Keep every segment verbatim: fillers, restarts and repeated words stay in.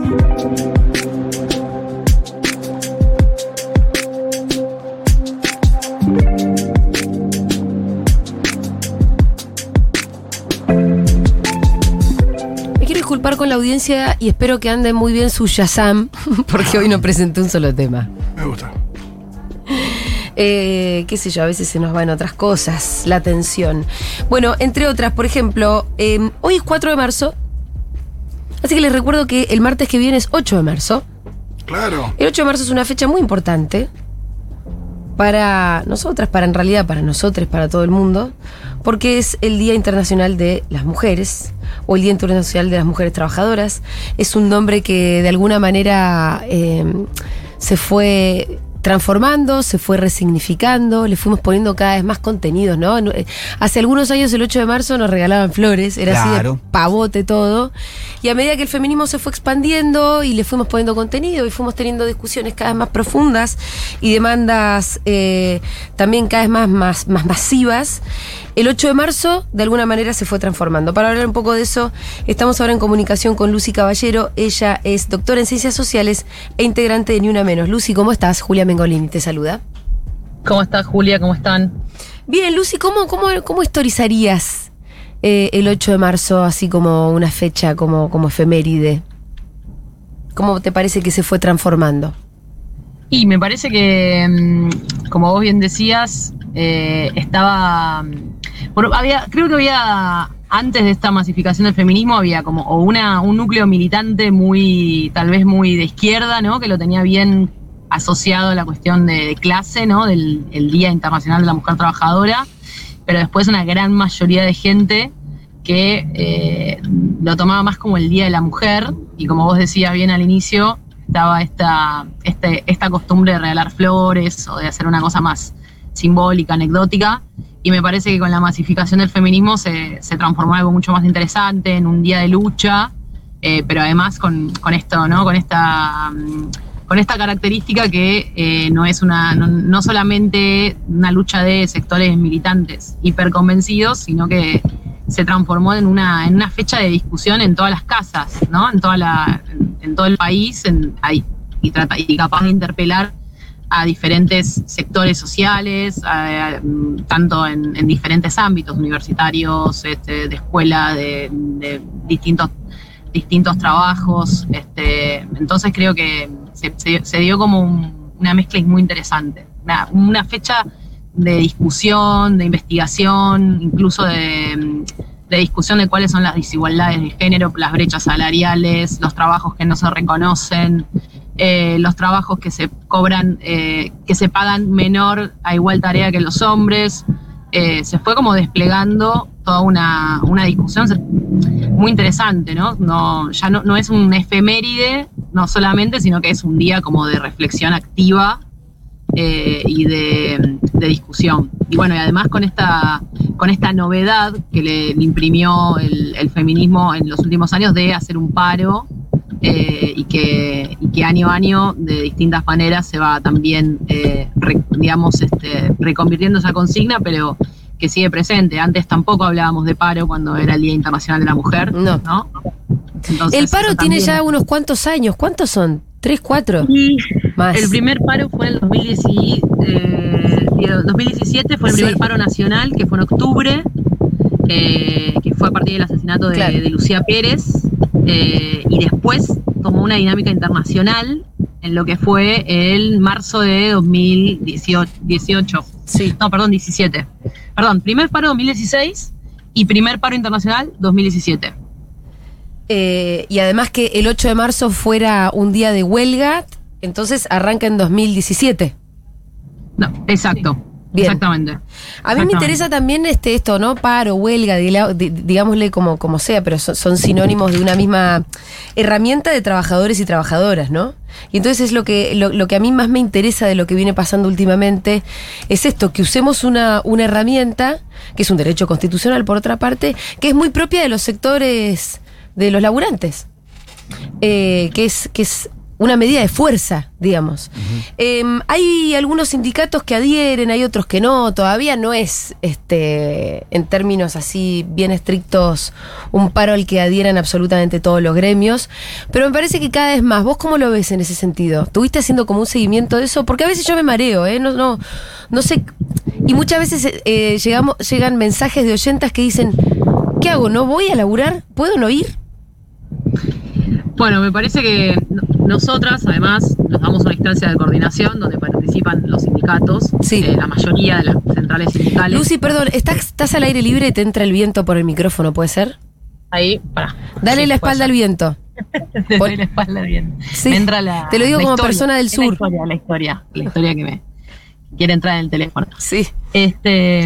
Disculpar con la audiencia y espero que ande muy bien su Shazam, porque hoy no presenté un solo tema. Me gusta. Eh, qué sé yo, a veces se nos va en otras cosas, la atención. Bueno, entre otras, por ejemplo, eh, hoy es cuatro de marzo, así que les recuerdo que el martes que viene es ocho de marzo. Claro. El ocho de marzo es una fecha muy importante para nosotras, para en realidad para nosotros, para todo el mundo, porque es el Día Internacional de las Mujeres, o el Día Internacional de las Mujeres Trabajadoras. Es un nombre que de alguna manera eh, se fue transformando, se fue resignificando, le fuimos poniendo cada vez más contenidos, ¿no? Hace algunos años, el ocho de marzo, nos regalaban flores, era Claro. así de pavote todo, y a medida que el feminismo se fue expandiendo y le fuimos poniendo contenido y fuimos teniendo discusiones cada vez más profundas y demandas eh, también cada vez más, más, más masivas, el ocho de marzo de alguna manera se fue transformando. Para hablar un poco de eso, estamos ahora en comunicación con Lucy Caballero. Ella es doctora en Ciencias Sociales e integrante de Ni Una Menos. Lucy, ¿cómo estás? Julia Mengolini te saluda. ¿Cómo estás, Julia? ¿Cómo están? Bien, Lucy, ¿cómo, cómo, cómo historizarías eh, el ocho de marzo así como una fecha, como, como efeméride? ¿Cómo te parece que se fue transformando? Y me parece que, como vos bien decías, eh, estaba... Bueno, había, creo que había, antes de esta masificación del feminismo, había como o una, un núcleo militante muy, tal vez muy de izquierda, ¿no? Que lo tenía bien asociado a la cuestión de, de clase, ¿no? Del el Día Internacional de la Mujer Trabajadora, pero después una gran mayoría de gente que eh, lo tomaba más como el Día de la Mujer, y como vos decías bien al inicio, estaba esta, este, esta costumbre de regalar flores o de hacer una cosa más simbólica, anecdótica, y me parece que con la masificación del feminismo se, se transformó en algo mucho más interesante, en un día de lucha, eh, pero además con, con esto, ¿no? Con esta, con esta característica que eh, no es una, no, no solamente una lucha de sectores militantes hiperconvencidos, sino que se transformó en una, en una fecha de discusión en todas las casas, ¿no? En toda la, en, en todo el país, en, ahí, y, trata, y capaz de interpelar a diferentes sectores sociales, a, a, tanto en, en diferentes ámbitos universitarios, este, de escuela, de, de distintos, distintos trabajos. Este, entonces creo que se, se, se dio como un, una mezcla muy interesante, una, una fecha de discusión, de investigación, incluso de, de discusión de cuáles son las desigualdades de género, las brechas salariales, los trabajos que no se reconocen, eh, los trabajos que se cobran, eh, que se pagan menor a igual tarea que los hombres. Eh, se fue como desplegando toda una, una discusión muy interesante, ¿no? No, ya no, no es un efeméride, no solamente, sino que es un día como de reflexión activa eh, y de, de discusión. Y bueno, y además con esta, con esta novedad que le, le imprimió el, el feminismo en los últimos años de hacer un paro, eh, y, que, y que año a año, de distintas maneras, se va también, eh, re, digamos, este, reconvirtiendo esa consigna, pero que sigue presente. Antes tampoco hablábamos de paro cuando era el Día Internacional de la Mujer. No. ¿no? Entonces, el paro tiene también ya unos cuantos años. ¿Cuántos son? ¿Tres, cuatro? Y Más. El primer paro fue en el dos mil diez, eh, dos mil diecisiete, fue el Sí. primer paro nacional, que fue en octubre, eh, que fue a partir del asesinato de, Claro. de Lucía Pérez, eh, y después tomó una dinámica internacional en lo que fue el marzo de dos mil dieciocho. Sí. No, perdón, diecisiete. Perdón, primer paro dos mil dieciséis y primer paro internacional dos mil diecisiete. Eh, y además que el ocho de marzo fuera un día de huelga, entonces arranca en dos mil diecisiete. No, exacto. Bien. Exactamente. A mí me Exactamente. interesa también este esto, ¿no? Paro, huelga, digla- di- digámosle como, como sea, pero son, son sinónimos de una misma herramienta de trabajadores y trabajadoras, ¿no? Y entonces es lo que, lo, lo que a mí más me interesa de lo que viene pasando últimamente, es esto, que usemos una, una herramienta, que es un derecho constitucional por otra parte, que es muy propia de los sectores de los laburantes, eh, que es, que es una medida de fuerza, digamos. Uh-huh. Eh, hay algunos sindicatos que adhieren, hay otros que no, todavía no es, este, en términos así bien estrictos, un paro al que adhieran absolutamente todos los gremios, pero me parece que cada vez más. ¿Vos cómo lo ves en ese sentido? ¿Tuviste haciendo como un seguimiento de eso? Porque a veces yo me mareo, ¿eh? No, no, no sé, y muchas veces eh, llegamos, llegan mensajes de oyentas que dicen, ¿qué hago? ¿No voy a laburar? ¿Puedo no ir? Bueno, me parece que nosotras, además, nos damos una instancia de coordinación donde participan los sindicatos, sí. eh, la mayoría de las centrales sindicales. Lucy, perdón, ¿estás, estás al aire libre y te entra el viento por el micrófono, ¿puede ser? Ahí, pará. Dale sí, la espalda al viento. Te doy la espalda al viento. Sí. Me entra la, te lo digo como historia, persona del sur. La historia, la historia, la historia que me quiere entrar en el teléfono. Sí. Este...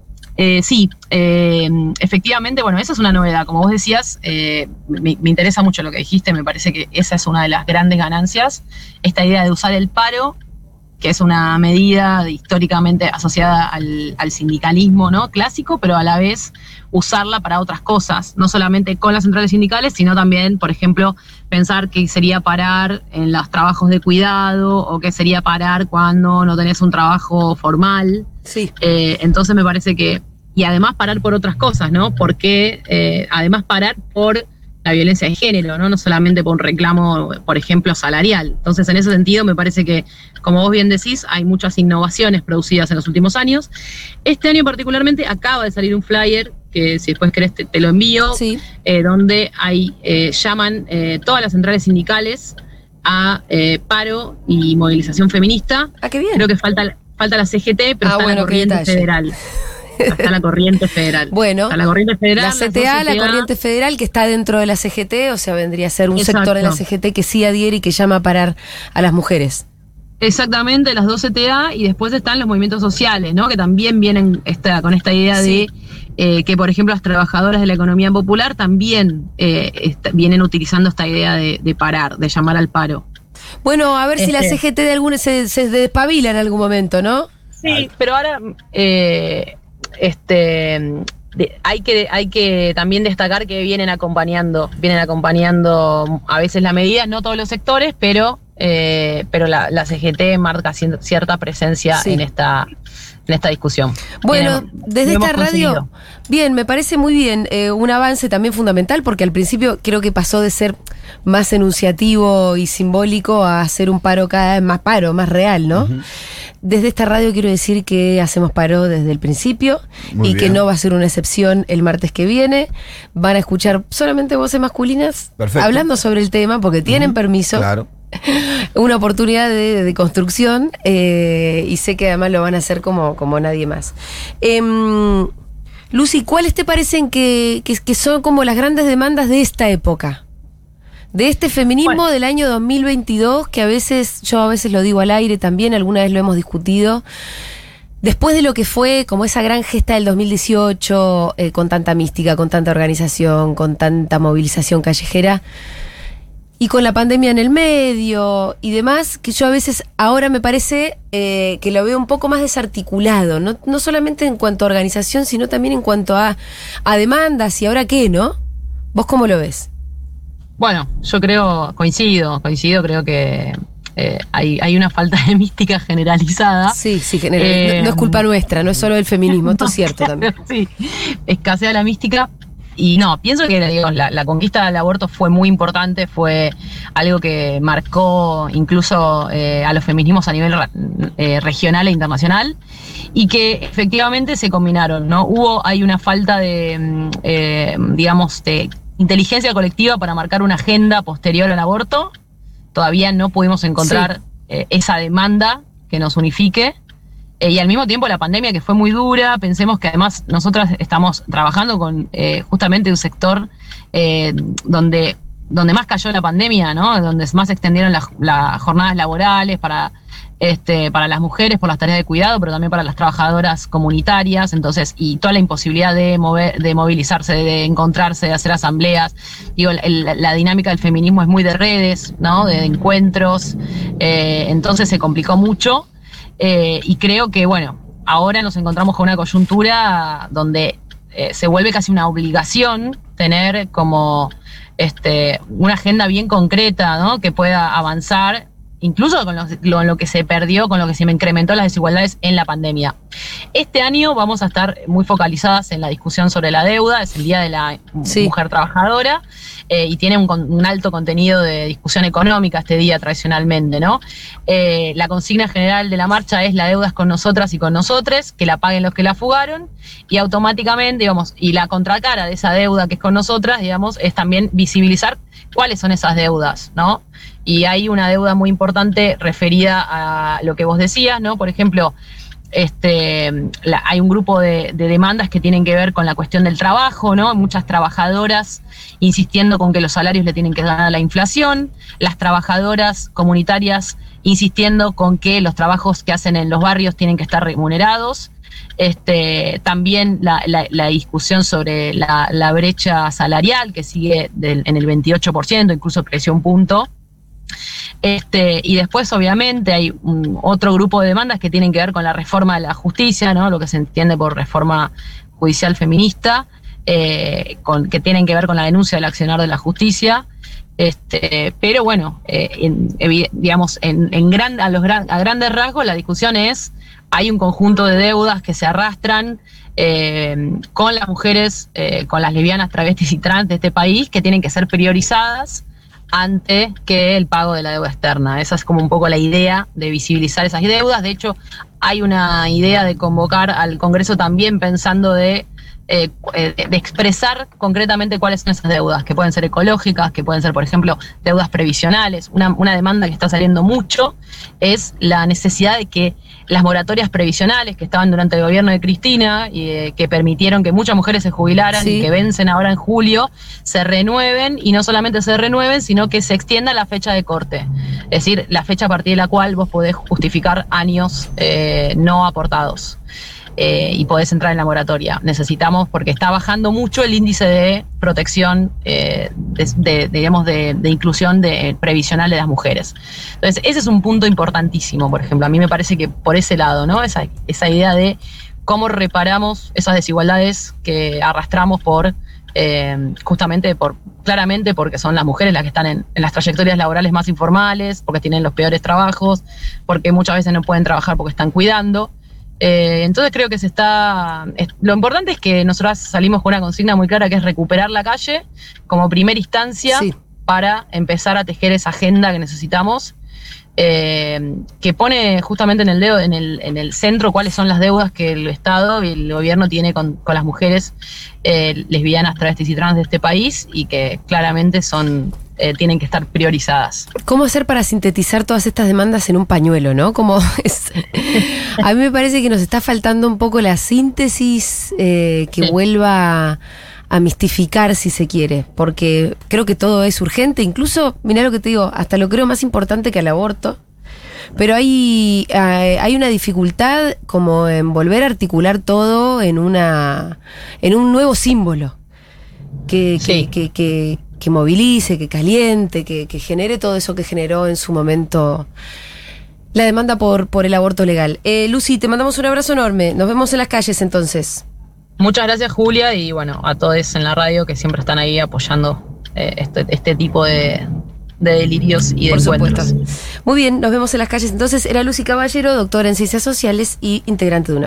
Eh, sí, eh, efectivamente, bueno, esa es una novedad. Como vos decías, eh, me, me interesa mucho lo que dijiste, me parece que esa es una de las grandes ganancias. Esta idea de usar el paro, que es una medida históricamente asociada al, al sindicalismo, ¿no? Clásico, pero a la vez usarla para otras cosas, no solamente con las centrales sindicales, sino también, por ejemplo, pensar que sería parar en los trabajos de cuidado o que sería parar cuando no tenés un trabajo formal. Sí. Eh, entonces me parece que, y además parar por otras cosas, ¿no? Porque eh, además parar por la violencia de género, ¿no? No solamente por un reclamo, por ejemplo, salarial. Entonces, en ese sentido, me parece que, como vos bien decís, hay muchas innovaciones producidas en los últimos años. Este año particularmente acaba de salir un flyer, que si después querés te, te lo envío, sí. eh, donde hay, eh, llaman eh, todas las centrales sindicales a eh, paro y movilización feminista. Ah, qué bien. Creo que falta, falta la C G T, pero ah, está bueno, la corriente federal. Está la corriente federal. Bueno, está la corriente federal, la C T A, la corriente federal que está dentro de la C G T, o sea, vendría a ser un Exacto. sector de la C G T que sí adhiere y que llama a parar a las mujeres. Exactamente, las dos C T A, y después están los movimientos sociales, ¿no? Que también vienen esta, con esta idea sí. de eh, que, por ejemplo, las trabajadoras de la economía popular también eh, est- vienen utilizando esta idea de, de parar, de llamar al paro. Bueno, a ver este. si la C G T de alguna se, se despabila en algún momento, ¿no? Sí, pero ahora eh, este de, hay que hay que también destacar que vienen acompañando, vienen acompañando a veces la medida, no todos los sectores, pero eh, pero la, la C G T marca cierta presencia sí. en esta en esta discusión. Bueno, bien, desde esta radio, conseguido. Bien, me parece muy bien, eh, un avance también fundamental, porque al principio creo que pasó de ser más enunciativo y simbólico a ser un paro cada vez más paro, más real, ¿no? Uh-huh. Desde esta radio quiero decir que hacemos paro desde el principio muy y bien. Que no va a ser una excepción el martes que viene. Van a escuchar solamente voces masculinas Perfecto. Hablando sobre el tema, porque tienen uh-huh. permiso. Claro. Una oportunidad de, de construcción eh, y sé que además lo van a hacer como, como nadie más. Eh, Lucy, ¿cuáles te parecen que, que, que son como las grandes demandas de esta época? De este feminismo bueno. del año dos mil veintidós, que a veces, yo a veces lo digo al aire también, alguna vez lo hemos discutido. Después de lo que fue como esa gran gesta del dos mil dieciocho, eh, con tanta mística, con tanta organización, con tanta movilización callejera, y con la pandemia en el medio y demás, que yo a veces ahora me parece eh, que lo veo un poco más desarticulado, no, no solamente en cuanto a organización, sino también en cuanto a, a demandas y ahora qué, ¿no? ¿Vos cómo lo ves? Bueno, yo creo, coincido, coincido, creo que eh, hay, hay una falta de mística generalizada. Sí, sí, general, eh, no, no es culpa nuestra, no es solo del feminismo, esto no, es cierto también. Sí, escasea la mística. Y no, pienso que digo, la, la conquista del aborto fue muy importante, fue algo que marcó incluso eh, a los feminismos a nivel eh, regional e internacional, y que efectivamente se combinaron, ¿no? Hubo, hay una falta de, eh, digamos, de inteligencia colectiva para marcar una agenda posterior al aborto. Todavía no pudimos encontrar sí. eh, esa demanda que nos unifique. Eh, y al mismo tiempo la pandemia, que fue muy dura. Pensemos que además nosotras estamos trabajando con eh, justamente un sector eh, donde, donde más cayó la pandemia, ¿no? Donde más se extendieron las la jornadas laborales para, este, para las mujeres por las tareas de cuidado, pero también para las trabajadoras comunitarias. Entonces, y toda la imposibilidad de mover, de movilizarse, de, de encontrarse, de hacer asambleas. Digo, el, la dinámica del feminismo es muy de redes, ¿no? De encuentros. Eh, entonces se complicó mucho. Eh, y creo que, bueno, ahora nos encontramos con una coyuntura donde eh, se vuelve casi una obligación tener como este, una agenda bien concreta, ¿no? Que pueda avanzar, incluso con lo, lo, lo que se perdió, con lo que se incrementó las desigualdades en la pandemia. Este año vamos a estar muy focalizadas en la discusión sobre la deuda, es el Día de la sí. Mujer Trabajadora, eh, y tiene un, un alto contenido de discusión económica este día tradicionalmente, ¿no? Eh, la consigna general de la marcha es: la deuda es con nosotras y con nosotres, que la paguen los que la fugaron, y automáticamente, digamos, y la contracara de esa deuda que es con nosotras, digamos, es también visibilizar cuáles son esas deudas, ¿no? Y hay una deuda muy importante referida a lo que vos decías, ¿no? Por ejemplo, este, la, hay un grupo de, de demandas que tienen que ver con la cuestión del trabajo, ¿no? Muchas trabajadoras insistiendo con que los salarios le tienen que dar a la inflación, las trabajadoras comunitarias insistiendo con que los trabajos que hacen en los barrios tienen que estar remunerados. Este, también la, la, la discusión sobre la, la brecha salarial, que sigue del, en el veintiocho por ciento, incluso creció un punto. Este, y después, obviamente, hay un, otro grupo de demandas que tienen que ver con la reforma de la justicia, ¿no? Lo que se entiende por reforma judicial feminista, eh, con, que tienen que ver con la denuncia del accionar de la justicia. Este, pero bueno, eh, en, digamos, en, en gran, a, los gran, a grandes rasgos, la discusión es: hay un conjunto de deudas que se arrastran eh, con las mujeres, eh, con las lesbianas, travestis y trans de este país, que tienen que ser priorizadas ante que el pago de la deuda externa. Esa es como un poco la idea de visibilizar esas deudas. De hecho, hay una idea de convocar al Congreso también pensando de, eh, de expresar concretamente cuáles son esas deudas, que pueden ser ecológicas, que pueden ser, por ejemplo, deudas previsionales. Una, una demanda que está saliendo mucho es la necesidad de que las moratorias previsionales que estaban durante el gobierno de Cristina y eh, que permitieron que muchas mujeres se jubilaran sí. y que vencen ahora en julio, se renueven, y no solamente se renueven, sino que se extienda la fecha de corte. Es decir, la fecha a partir de la cual vos podés justificar años eh, no aportados. Eh, y podés entrar en la moratoria. Necesitamos, porque está bajando mucho el índice de protección, eh, de, de, digamos, de, de inclusión de, previsional de las mujeres. Entonces, ese es un punto importantísimo, por ejemplo. A mí me parece que por ese lado, ¿no? Esa, esa idea de cómo reparamos esas desigualdades que arrastramos por, eh, justamente, por claramente porque son las mujeres las que están en, en las trayectorias laborales más informales, porque tienen los peores trabajos, porque muchas veces no pueden trabajar porque están cuidando. Eh, entonces creo que se está... Es, lo importante es que nosotros salimos con una consigna muy clara, que es recuperar la calle como primera instancia sí. para empezar a tejer esa agenda que necesitamos, eh, que pone justamente en el dedo, en el, en el centro cuáles son las deudas que el Estado y el gobierno tiene con, con las mujeres eh, lesbianas, travestis y trans de este país, y que claramente son... Eh, tienen que estar priorizadas. ¿Cómo hacer para sintetizar todas estas demandas en un pañuelo, no? Como es, a mí me parece que nos está faltando un poco la síntesis eh, que sí. vuelva a, a mistificar, si se quiere, porque creo que todo es urgente, incluso, mirá lo que te digo, hasta lo creo más importante que el aborto, pero hay, hay, hay una dificultad como en volver a articular todo en una en un nuevo símbolo que, sí. que, que, que que movilice, que caliente, que, que genere todo eso que generó en su momento la demanda por, por el aborto legal. Eh, Lucy, te mandamos un abrazo enorme. Nos vemos en las calles entonces. Muchas gracias, Julia, y bueno, a todos en la radio que siempre están ahí apoyando eh, este, este tipo de, de delirios y de por encuentros. Supuesto. Muy bien, nos vemos en las calles entonces. Era Lucy Caballero, doctora en Ciencias Sociales y integrante de una